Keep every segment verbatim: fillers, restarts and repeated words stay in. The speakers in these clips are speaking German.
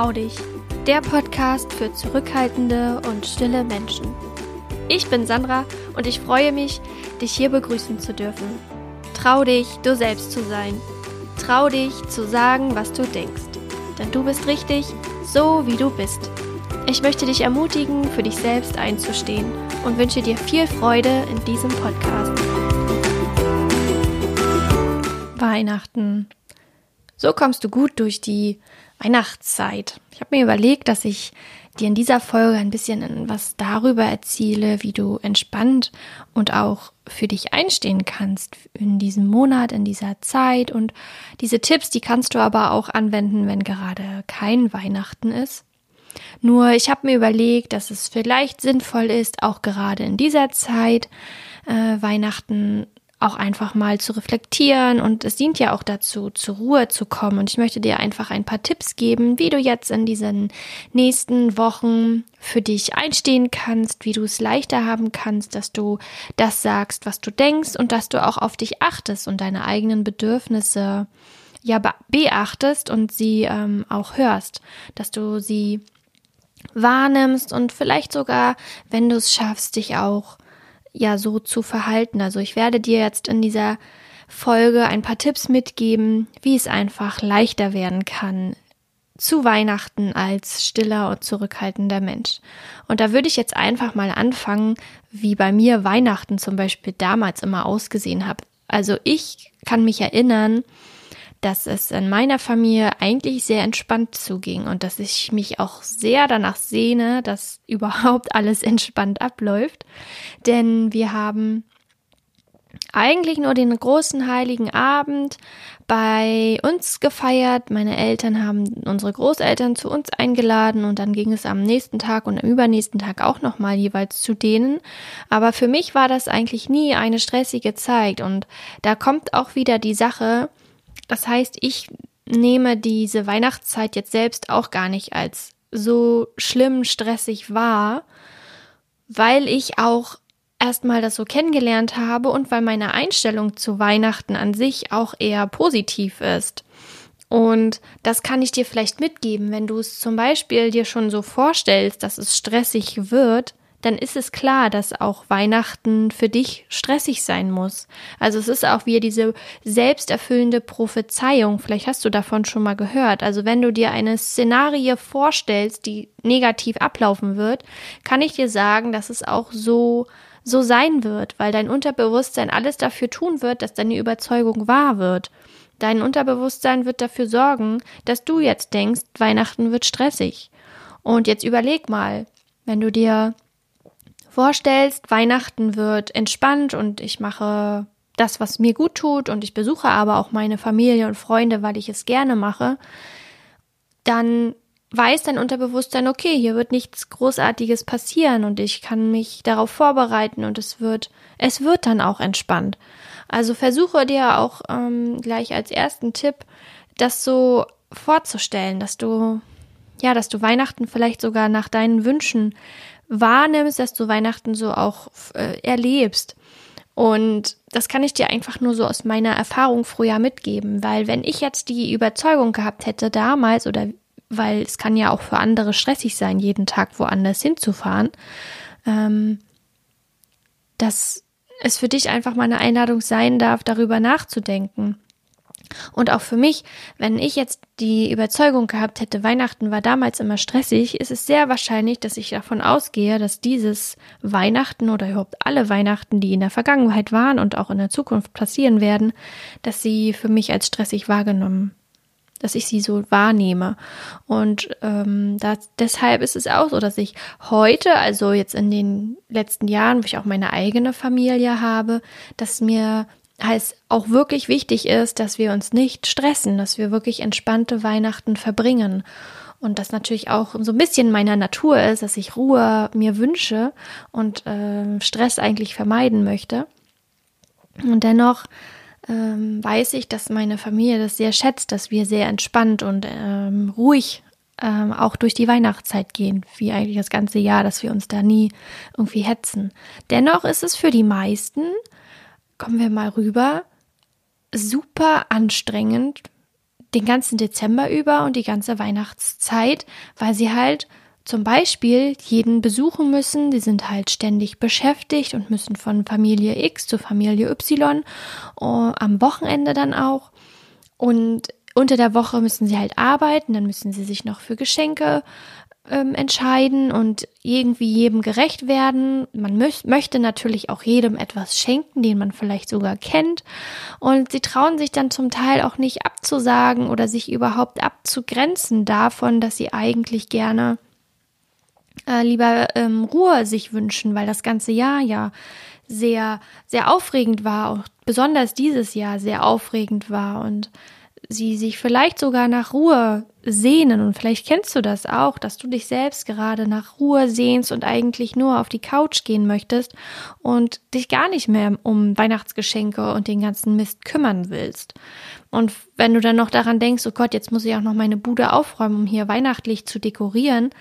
Trau dich, der Podcast für zurückhaltende und stille Menschen. Ich bin Sandra und ich freue mich, dich hier begrüßen zu dürfen. Trau dich, du selbst zu sein. Trau dich, zu sagen, was du denkst. Denn du bist richtig, so wie du bist. Ich möchte dich ermutigen, für dich selbst einzustehen und wünsche dir viel Freude in diesem Podcast. Weihnachten. So kommst du gut durch die Weihnachtszeit. Ich habe mir überlegt, dass ich dir in dieser Folge ein bisschen was darüber erzähle, wie du entspannt und auch für dich einstehen kannst in diesem Monat, in dieser Zeit. Und diese Tipps, die kannst du aber auch anwenden, wenn gerade kein Weihnachten ist. Nur ich habe mir überlegt, dass es vielleicht sinnvoll ist, auch gerade in dieser Zeit äh, Weihnachten auch einfach mal zu reflektieren, und es dient ja auch dazu, zur Ruhe zu kommen, und ich möchte dir einfach ein paar Tipps geben, wie du jetzt in diesen nächsten Wochen für dich einstehen kannst, wie du es leichter haben kannst, dass du das sagst, was du denkst, und dass du auch auf dich achtest und deine eigenen Bedürfnisse ja be- beachtest und sie ähm, auch hörst, dass du sie wahrnimmst und vielleicht sogar, wenn du es schaffst, dich auch ja so zu verhalten. Also ich werde dir jetzt in dieser Folge ein paar Tipps mitgeben, wie es einfach leichter werden kann zu Weihnachten als stiller und zurückhaltender Mensch. Und da würde ich jetzt einfach mal anfangen, wie bei mir Weihnachten zum Beispiel damals immer ausgesehen hat. Also ich kann mich erinnern, dass es in meiner Familie eigentlich sehr entspannt zuging und dass ich mich auch sehr danach sehne, dass überhaupt alles entspannt abläuft. Denn wir haben eigentlich nur den großen heiligen Abend bei uns gefeiert. Meine Eltern haben unsere Großeltern zu uns eingeladen und dann ging es am nächsten Tag und am übernächsten Tag auch nochmal jeweils zu denen. Aber für mich war das eigentlich nie eine stressige Zeit, und da kommt auch wieder die Sache. Das heißt, ich nehme diese Weihnachtszeit jetzt selbst auch gar nicht als so schlimm stressig wahr, weil ich auch erstmal das so kennengelernt habe und weil meine Einstellung zu Weihnachten an sich auch eher positiv ist. Und das kann ich dir vielleicht mitgeben, wenn du es zum Beispiel dir schon so vorstellst, dass es stressig wird, dann ist es klar, dass auch Weihnachten für dich stressig sein muss. Also es ist auch wieder diese selbsterfüllende Prophezeiung. Vielleicht hast du davon schon mal gehört. Also wenn du dir eine Szenarie vorstellst, die negativ ablaufen wird, kann ich dir sagen, dass es auch so so sein wird, weil dein Unterbewusstsein alles dafür tun wird, dass deine Überzeugung wahr wird. Dein Unterbewusstsein wird dafür sorgen, dass du jetzt denkst, Weihnachten wird stressig. Und jetzt überleg mal, wenn du dir vorstellst, Weihnachten wird entspannt und ich mache das, was mir gut tut, und ich besuche aber auch meine Familie und Freunde, weil ich es gerne mache, dann weiß dein Unterbewusstsein, okay, hier wird nichts Großartiges passieren und ich kann mich darauf vorbereiten und es wird, es wird dann auch entspannt. Also versuche dir auch ähm, gleich als ersten Tipp, das so vorzustellen, dass du, ja, dass du Weihnachten vielleicht sogar nach deinen Wünschen wahrnimmst, dass du Weihnachten so auch äh, erlebst. Und das kann ich dir einfach nur so aus meiner Erfahrung früher mitgeben, weil wenn ich jetzt die Überzeugung gehabt hätte damals, oder weil es kann ja auch für andere stressig sein, jeden Tag woanders hinzufahren, ähm, dass es für dich einfach mal eine Einladung sein darf, darüber nachzudenken. Und auch für mich, wenn ich jetzt die Überzeugung gehabt hätte, Weihnachten war damals immer stressig, ist es sehr wahrscheinlich, dass ich davon ausgehe, dass dieses Weihnachten oder überhaupt alle Weihnachten, die in der Vergangenheit waren und auch in der Zukunft passieren werden, dass sie für mich als stressig wahrgenommen, dass ich sie so wahrnehme. Und ähm, das, deshalb ist es auch so, dass ich heute, also jetzt in den letzten Jahren, wo ich auch meine eigene Familie habe, dass mir heißt auch wirklich wichtig ist, dass wir uns nicht stressen, dass wir wirklich entspannte Weihnachten verbringen. Und das natürlich auch so ein bisschen meiner Natur ist, dass ich Ruhe mir wünsche und äh, Stress eigentlich vermeiden möchte. Und dennoch ähm, weiß ich, dass meine Familie das sehr schätzt, dass wir sehr entspannt und ähm, ruhig ähm, auch durch die Weihnachtszeit gehen, wie eigentlich das ganze Jahr, dass wir uns da nie irgendwie hetzen. Dennoch ist es für die meisten, kommen wir mal rüber, super anstrengend, den ganzen Dezember über und die ganze Weihnachtszeit, weil sie halt zum Beispiel jeden besuchen müssen. Die sind halt ständig beschäftigt und müssen von Familie X zu Familie Y, uh, am Wochenende dann auch. Und unter der Woche müssen sie halt arbeiten, dann müssen sie sich noch für Geschenke ähm, entscheiden und irgendwie jedem gerecht werden. Man mö- möchte natürlich auch jedem etwas schenken, den man vielleicht sogar kennt. Und sie trauen sich dann zum Teil auch nicht abzusagen oder sich überhaupt abzugrenzen davon, dass sie eigentlich gerne äh, lieber ähm, Ruhe sich wünschen, weil das ganze Jahr ja sehr, sehr aufregend war, auch besonders dieses Jahr sehr aufregend war und sie sich vielleicht sogar nach Ruhe sehnen. Und vielleicht kennst du das auch, dass du dich selbst gerade nach Ruhe sehnst und eigentlich nur auf die Couch gehen möchtest und dich gar nicht mehr um Weihnachtsgeschenke und den ganzen Mist kümmern willst. Und wenn du dann noch daran denkst, oh Gott, jetzt muss ich auch noch meine Bude aufräumen, um hier weihnachtlich zu dekorieren,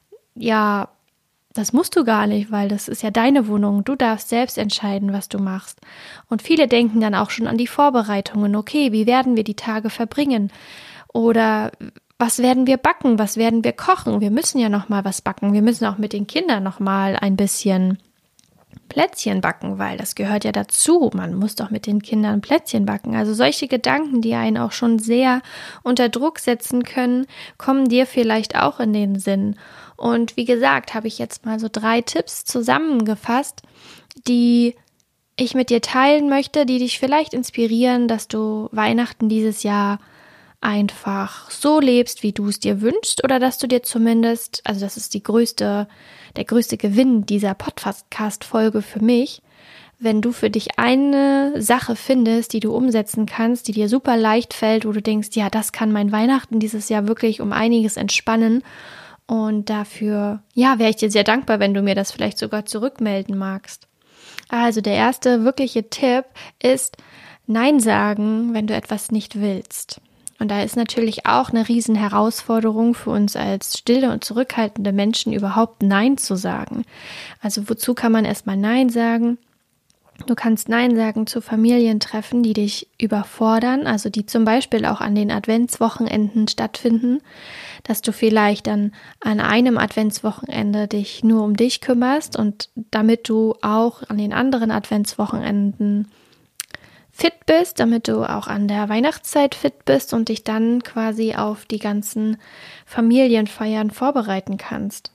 ja, das musst du gar nicht, weil das ist ja deine Wohnung. Du darfst selbst entscheiden, was du machst. Und viele denken dann auch schon an die Vorbereitungen. Okay, wie werden wir die Tage verbringen? Oder was werden wir backen? Was werden wir kochen? Wir müssen ja noch mal was backen. Wir müssen auch mit den Kindern noch mal ein bisschen Plätzchen backen, weil das gehört ja dazu. Man muss doch mit den Kindern Plätzchen backen. Also solche Gedanken, die einen auch schon sehr unter Druck setzen können, kommen dir vielleicht auch in den Sinn. Und wie gesagt, habe ich jetzt mal so drei Tipps zusammengefasst, die ich mit dir teilen möchte, die dich vielleicht inspirieren, dass du Weihnachten dieses Jahr einfach so lebst, wie du es dir wünschst, oder dass du dir zumindest, also das ist die größte, der größte Gewinn dieser Podcast-Folge für mich, wenn du für dich eine Sache findest, die du umsetzen kannst, die dir super leicht fällt, wo du denkst, ja, das kann mein Weihnachten dieses Jahr wirklich um einiges entspannen. Und dafür, ja, wäre ich dir sehr dankbar, wenn du mir das vielleicht sogar zurückmelden magst. Also der erste wirkliche Tipp ist Nein sagen, wenn du etwas nicht willst. Und da ist natürlich auch eine riesen Herausforderung für uns als stille und zurückhaltende Menschen, überhaupt Nein zu sagen. Also wozu kann man erstmal Nein sagen? Du kannst Nein sagen zu Familientreffen, die dich überfordern, also die zum Beispiel auch an den Adventswochenenden stattfinden, dass du vielleicht dann an einem Adventswochenende dich nur um dich kümmerst und damit du auch an den anderen Adventswochenenden fit bist, damit du auch an der Weihnachtszeit fit bist und dich dann quasi auf die ganzen Familienfeiern vorbereiten kannst.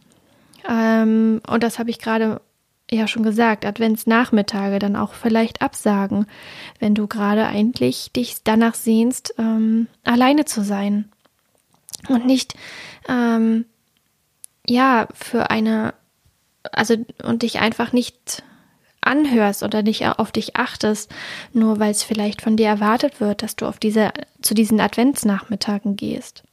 Ähm, und das habe ich gerade ja schon gesagt, Adventsnachmittage dann auch vielleicht absagen, wenn du gerade eigentlich dich danach sehnst, ähm, alleine zu sein und nicht ähm, ja für eine, also und dich einfach nicht anhörst oder nicht auf dich achtest, nur weil es vielleicht von dir erwartet wird, dass du auf diese zu diesen Adventsnachmittagen gehst.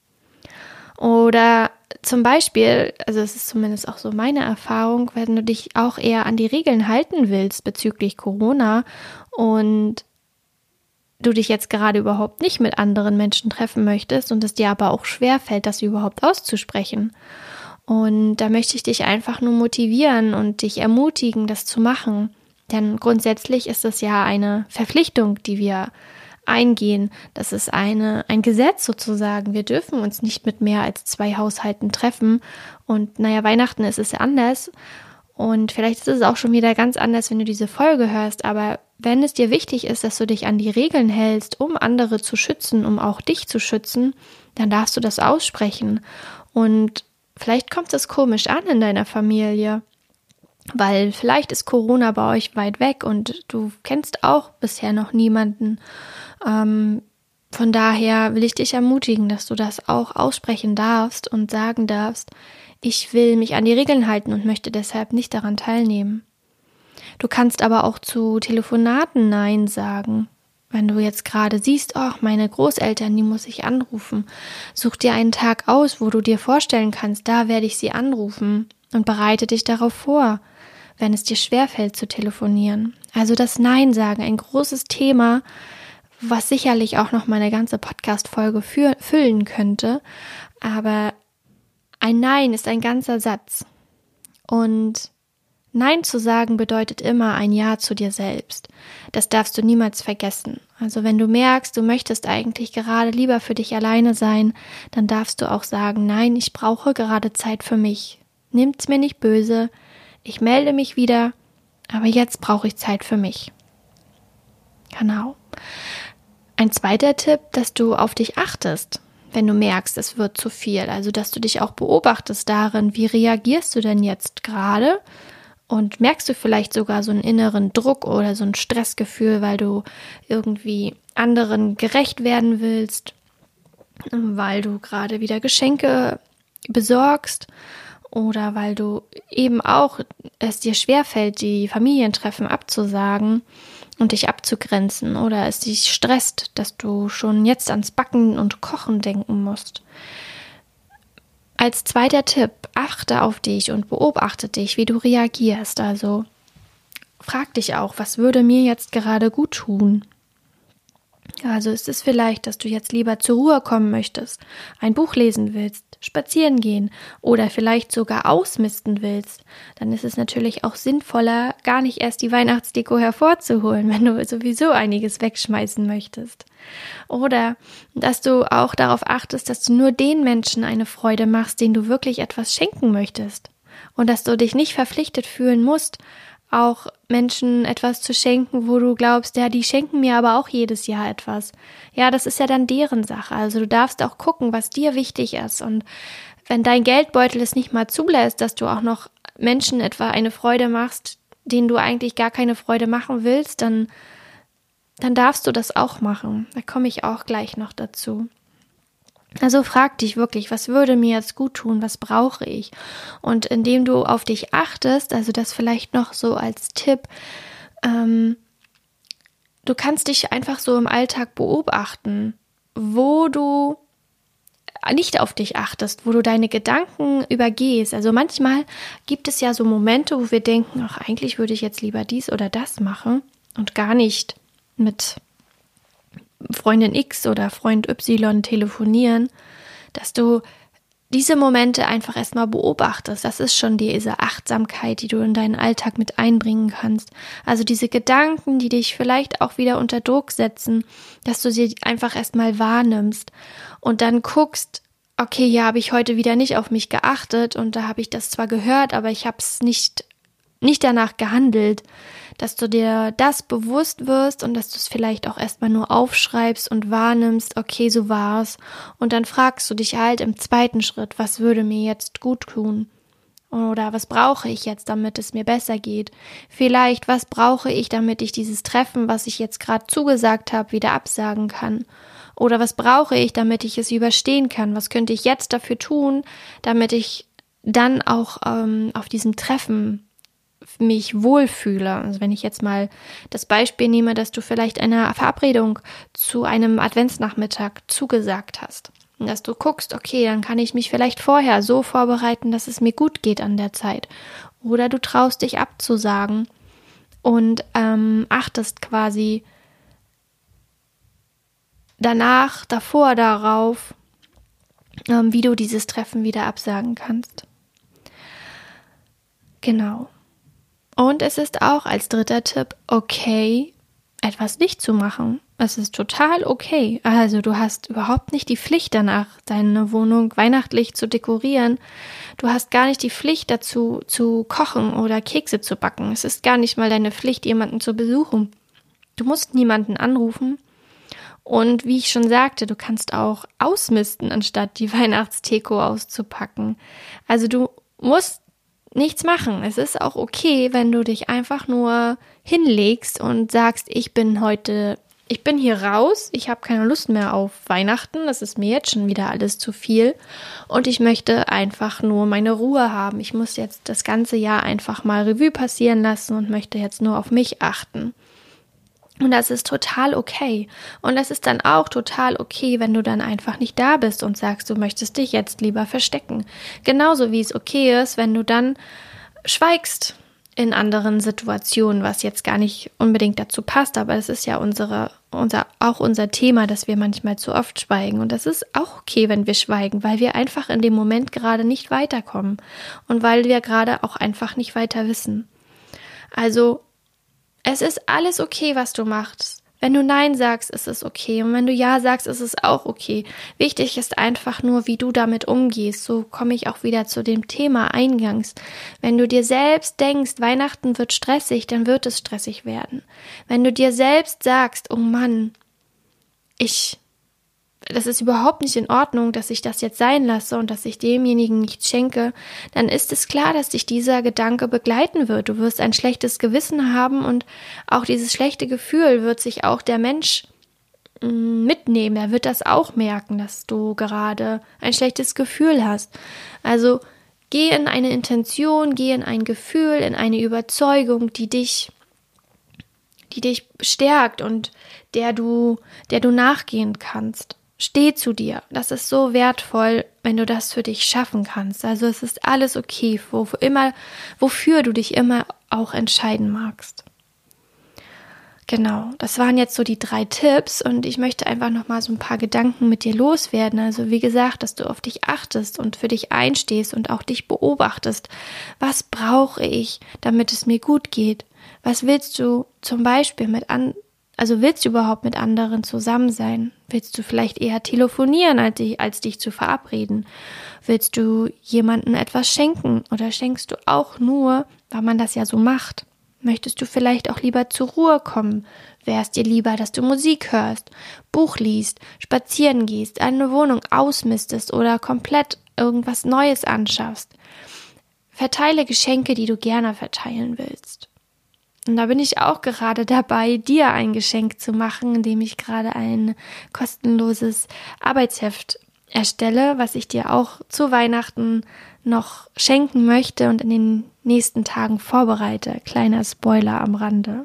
Oder zum Beispiel, also es ist zumindest auch so meine Erfahrung, wenn du dich auch eher an die Regeln halten willst bezüglich Corona und du dich jetzt gerade überhaupt nicht mit anderen Menschen treffen möchtest und es dir aber auch schwerfällt, das überhaupt auszusprechen. Und da möchte ich dich einfach nur motivieren und dich ermutigen, das zu machen. Denn grundsätzlich ist es ja eine Verpflichtung, die wir eingehen. Das ist eine, ein Gesetz sozusagen. Wir dürfen uns nicht mit mehr als zwei Haushalten treffen. Und naja, Weihnachten ist es ja anders. Und vielleicht ist es auch schon wieder ganz anders, wenn du diese Folge hörst. Aber wenn es dir wichtig ist, dass du dich an die Regeln hältst, um andere zu schützen, um auch dich zu schützen, dann darfst du das aussprechen. Und vielleicht kommt es komisch an in deiner Familie, weil vielleicht ist Corona bei euch weit weg und du kennst auch bisher noch niemanden. Ähm, von daher will ich dich ermutigen, dass du das auch aussprechen darfst und sagen darfst, ich will mich an die Regeln halten und möchte deshalb nicht daran teilnehmen. Du kannst aber auch zu Telefonaten Nein sagen. Wenn du jetzt gerade siehst, oh, meine Großeltern, die muss ich anrufen. Such dir einen Tag aus, wo du dir vorstellen kannst, da werde ich sie anrufen und bereite dich darauf vor, wenn es dir schwerfällt zu telefonieren. Also das Nein sagen, ein großes Thema, was sicherlich auch noch mal eine ganze Podcast-Folge für, füllen könnte. Aber ein Nein ist ein ganzer Satz. Und Nein zu sagen bedeutet immer ein Ja zu dir selbst. Das darfst du niemals vergessen. Also wenn du merkst, du möchtest eigentlich gerade lieber für dich alleine sein, dann darfst du auch sagen, nein, ich brauche gerade Zeit für mich. Nimmt's mir nicht böse, ich melde mich wieder, aber jetzt brauche ich Zeit für mich. Genau. Ein zweiter Tipp, dass du auf dich achtest, wenn du merkst, es wird zu viel. Also dass du dich auch beobachtest darin, wie reagierst du denn jetzt gerade? Und merkst du vielleicht sogar so einen inneren Druck oder so ein Stressgefühl, weil du irgendwie anderen gerecht werden willst, weil du gerade wieder Geschenke besorgst oder weil du eben auch es dir schwerfällt, die Familientreffen abzusagen und dich abzugrenzen oder es dich stresst, dass du schon jetzt ans Backen und Kochen denken musst. Als zweiter Tipp, achte auf dich und beobachte dich, wie du reagierst. Also frag dich auch, was würde mir jetzt gerade gut tun? Also ist es vielleicht, dass du jetzt lieber zur Ruhe kommen möchtest, ein Buch lesen willst, spazieren gehen oder vielleicht sogar ausmisten willst, dann ist es natürlich auch sinnvoller, gar nicht erst die Weihnachtsdeko hervorzuholen, wenn du sowieso einiges wegschmeißen möchtest. Oder dass du auch darauf achtest, dass du nur den Menschen eine Freude machst, denen du wirklich etwas schenken möchtest. Und dass du dich nicht verpflichtet fühlen musst, auch Menschen etwas zu schenken, wo du glaubst, ja, die schenken mir aber auch jedes Jahr etwas. Ja, das ist ja dann deren Sache. Also du darfst auch gucken, was dir wichtig ist. Und wenn dein Geldbeutel es nicht mal zulässt, dass du auch noch Menschen etwa eine Freude machst, denen du eigentlich gar keine Freude machen willst, dann, dann darfst du das auch machen. Da komme ich auch gleich noch dazu. Also frag dich wirklich, was würde mir jetzt gut tun, was brauche ich? Und indem du auf dich achtest, also das vielleicht noch so als Tipp, ähm, du kannst dich einfach so im Alltag beobachten, wo du nicht auf dich achtest, wo du deine Gedanken übergehst. Also manchmal gibt es ja so Momente, wo wir denken, ach, eigentlich würde ich jetzt lieber dies oder das machen und gar nicht mit Freundin X oder Freund Y telefonieren, dass du diese Momente einfach erstmal beobachtest. Das ist schon diese Achtsamkeit, die du in deinen Alltag mit einbringen kannst. Also diese Gedanken, die dich vielleicht auch wieder unter Druck setzen, dass du sie einfach erstmal wahrnimmst und dann guckst, okay, ja, habe ich heute wieder nicht auf mich geachtet und da habe ich das zwar gehört, aber ich habe es nicht, nicht danach gehandelt. Dass du dir das bewusst wirst und dass du es vielleicht auch erstmal nur aufschreibst und wahrnimmst, okay, so war's. Und dann fragst du dich halt im zweiten Schritt, was würde mir jetzt gut tun? Oder was brauche ich jetzt, damit es mir besser geht? Vielleicht, was brauche ich, damit ich dieses Treffen, was ich jetzt gerade zugesagt habe, wieder absagen kann? Oder was brauche ich, damit ich es überstehen kann? Was könnte ich jetzt dafür tun, damit ich dann auch ähm, auf diesem Treffen mich wohlfühle. Also wenn ich jetzt mal das Beispiel nehme, dass du vielleicht einer Verabredung zu einem Adventsnachmittag zugesagt hast. Und dass du guckst, okay, dann kann ich mich vielleicht vorher so vorbereiten, dass es mir gut geht an der Zeit. Oder du traust dich abzusagen und ähm, achtest quasi danach, davor darauf, ähm, wie du dieses Treffen wieder absagen kannst. Genau. Und es ist auch als dritter Tipp okay, etwas nicht zu machen. Es ist total okay. Also du hast überhaupt nicht die Pflicht danach, deine Wohnung weihnachtlich zu dekorieren. Du hast gar nicht die Pflicht dazu, zu kochen oder Kekse zu backen. Es ist gar nicht mal deine Pflicht, jemanden zu besuchen. Du musst niemanden anrufen. Und wie ich schon sagte, du kannst auch ausmisten, anstatt die Weihnachtsdeko auszupacken. Also du musst nichts machen. Es ist auch okay, wenn du dich einfach nur hinlegst und sagst, ich bin heute, ich bin hier raus, ich habe keine Lust mehr auf Weihnachten, das ist mir jetzt schon wieder alles zu viel und ich möchte einfach nur meine Ruhe haben. Ich muss jetzt das ganze Jahr einfach mal Revue passieren lassen und möchte jetzt nur auf mich achten. Und das ist total okay. Und das ist dann auch total okay, wenn du dann einfach nicht da bist und sagst, du möchtest dich jetzt lieber verstecken. Genauso wie es okay ist, wenn du dann schweigst in anderen Situationen, was jetzt gar nicht unbedingt dazu passt, aber es ist ja unsere, unser, auch unser Thema, dass wir manchmal zu oft schweigen. Und das ist auch okay, wenn wir schweigen, weil wir einfach in dem Moment gerade nicht weiterkommen und weil wir gerade auch einfach nicht weiter wissen. Also, es ist alles okay, was du machst. Wenn du Nein sagst, ist es okay. Und wenn du Ja sagst, ist es auch okay. Wichtig ist einfach nur, wie du damit umgehst. So komme ich auch wieder zu dem Thema eingangs. Wenn du dir selbst denkst, Weihnachten wird stressig, dann wird es stressig werden. Wenn du dir selbst sagst, oh Mann, ich, das ist überhaupt nicht in Ordnung, dass ich das jetzt sein lasse und dass ich demjenigen nichts schenke, dann ist es klar, dass dich dieser Gedanke begleiten wird. Du wirst ein schlechtes Gewissen haben und auch dieses schlechte Gefühl wird sich auch der Mensch mh, mitnehmen. Er wird das auch merken, dass du gerade ein schlechtes Gefühl hast. Also geh in eine Intention, geh in ein Gefühl, in eine Überzeugung, die dich die dich stärkt und der du, der du nachgehen kannst. Steh zu dir. Das ist so wertvoll, wenn du das für dich schaffen kannst. Also es ist alles okay, wo, wo immer, wofür du dich immer auch entscheiden magst. Genau, das waren jetzt so die drei Tipps und ich möchte einfach nochmal so ein paar Gedanken mit dir loswerden. Also wie gesagt, dass du auf dich achtest und für dich einstehst und auch dich beobachtest. Was brauche ich, damit es mir gut geht? Was willst du zum Beispiel mit an, also willst du überhaupt mit anderen zusammen sein? Willst du vielleicht eher telefonieren, als dich, als dich zu verabreden? Willst du jemandem etwas schenken oder schenkst du auch nur, weil man das ja so macht? Möchtest du vielleicht auch lieber zur Ruhe kommen? Wäre es dir lieber, dass du Musik hörst, Buch liest, spazieren gehst, eine Wohnung ausmistest oder komplett irgendwas Neues anschaffst? Verteile Geschenke, die du gerne verteilen willst. Und da bin ich auch gerade dabei, dir ein Geschenk zu machen, indem ich gerade ein kostenloses Arbeitsheft erstelle, was ich dir auch zu Weihnachten noch schenken möchte und in den nächsten Tagen vorbereite. Kleiner Spoiler am Rande.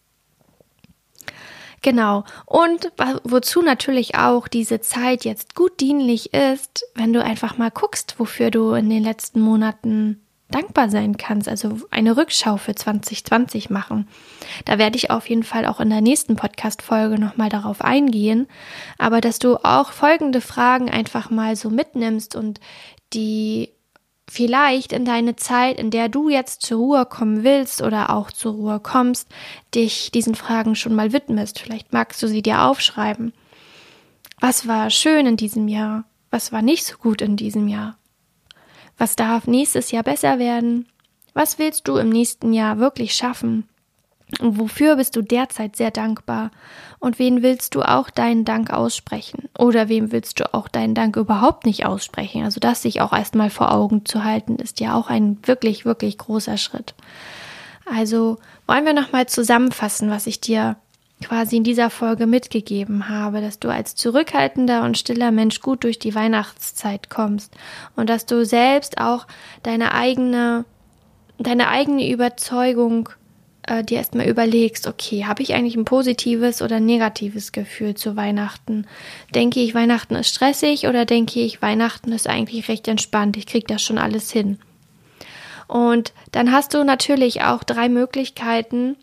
Genau. Und wozu natürlich auch diese Zeit jetzt gut dienlich ist, wenn du einfach mal guckst, wofür du in den letzten Monaten dankbar sein kannst, also eine Rückschau für zwanzig zwanzig machen. Da werde ich auf jeden Fall auch in der nächsten Podcast-Folge nochmal darauf eingehen, aber dass du auch folgende Fragen einfach mal so mitnimmst und die vielleicht in deine Zeit, in der du jetzt zur Ruhe kommen willst oder auch zur Ruhe kommst, dich diesen Fragen schon mal widmest. Vielleicht magst du sie dir aufschreiben. Was war schön in diesem Jahr? Was war nicht so gut in diesem Jahr? Was darf nächstes Jahr besser werden? Was willst du im nächsten Jahr wirklich schaffen? Und wofür bist du derzeit sehr dankbar? Und wen willst du auch deinen Dank aussprechen? Oder wem willst du auch deinen Dank überhaupt nicht aussprechen? Also das sich auch erstmal vor Augen zu halten, ist ja auch ein wirklich, wirklich großer Schritt. Also wollen wir nochmal zusammenfassen, was ich dir quasi in dieser Folge mitgegeben habe, dass du als zurückhaltender und stiller Mensch gut durch die Weihnachtszeit kommst und dass du selbst auch deine eigene, deine eigene Überzeugung äh, dir erstmal überlegst, okay, habe ich eigentlich ein positives oder negatives Gefühl zu Weihnachten? Denke ich, Weihnachten ist stressig oder denke ich, Weihnachten ist eigentlich recht entspannt, ich kriege das schon alles hin? Und dann hast du natürlich auch drei Möglichkeiten,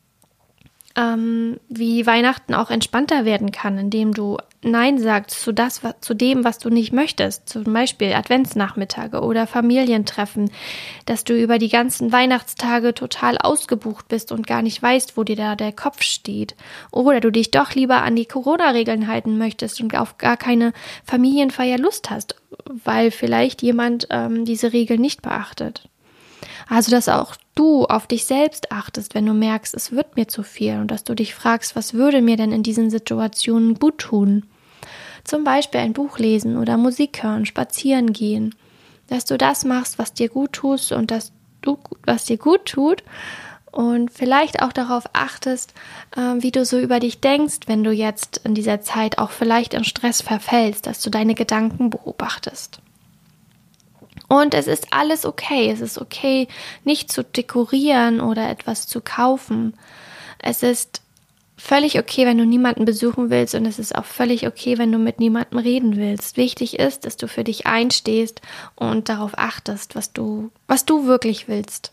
Ähm, wie Weihnachten auch entspannter werden kann, indem du Nein sagst zu, das, was, zu dem, was du nicht möchtest. Zum Beispiel Adventsnachmittage oder Familientreffen, dass du über die ganzen Weihnachtstage total ausgebucht bist und gar nicht weißt, wo dir da der Kopf steht. Oder du dich doch lieber an die Corona-Regeln halten möchtest und auf gar keine Familienfeier Lust hast, weil vielleicht jemand ähm, diese Regeln nicht beachtet. Also, dass auch du auf dich selbst achtest, wenn du merkst, es wird mir zu viel und dass du dich fragst, was würde mir denn in diesen Situationen gut tun? Zum Beispiel ein Buch lesen oder Musik hören, spazieren gehen. Dass du das machst, was dir gut tust und dass du, was dir gut tut und vielleicht auch darauf achtest, äh, wie du so über dich denkst, wenn du jetzt in dieser Zeit auch vielleicht in Stress verfällst, dass du deine Gedanken beobachtest. Und es ist alles okay. Es ist okay, nicht zu dekorieren oder etwas zu kaufen. Es ist völlig okay, wenn du niemanden besuchen willst und es ist auch völlig okay, wenn du mit niemandem reden willst. Wichtig ist, dass du für dich einstehst und darauf achtest, was du, was du wirklich willst.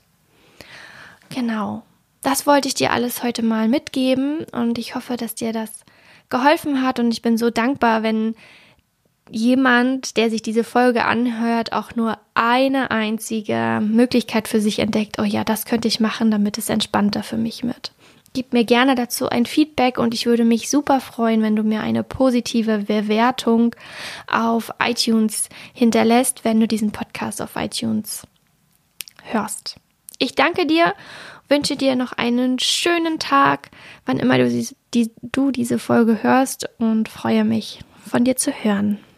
Genau. Das wollte ich dir alles heute mal mitgeben und ich hoffe, dass dir das geholfen hat und ich bin so dankbar, wenn jemand, der sich diese Folge anhört, auch nur eine einzige Möglichkeit für sich entdeckt, oh ja, das könnte ich machen, damit es entspannter für mich wird. Gib mir gerne dazu ein Feedback und ich würde mich super freuen, wenn du mir eine positive Bewertung auf iTunes hinterlässt, wenn du diesen Podcast auf iTunes hörst. Ich danke dir, wünsche dir noch einen schönen Tag, wann immer du, die, du diese Folge hörst und freue mich, von dir zu hören.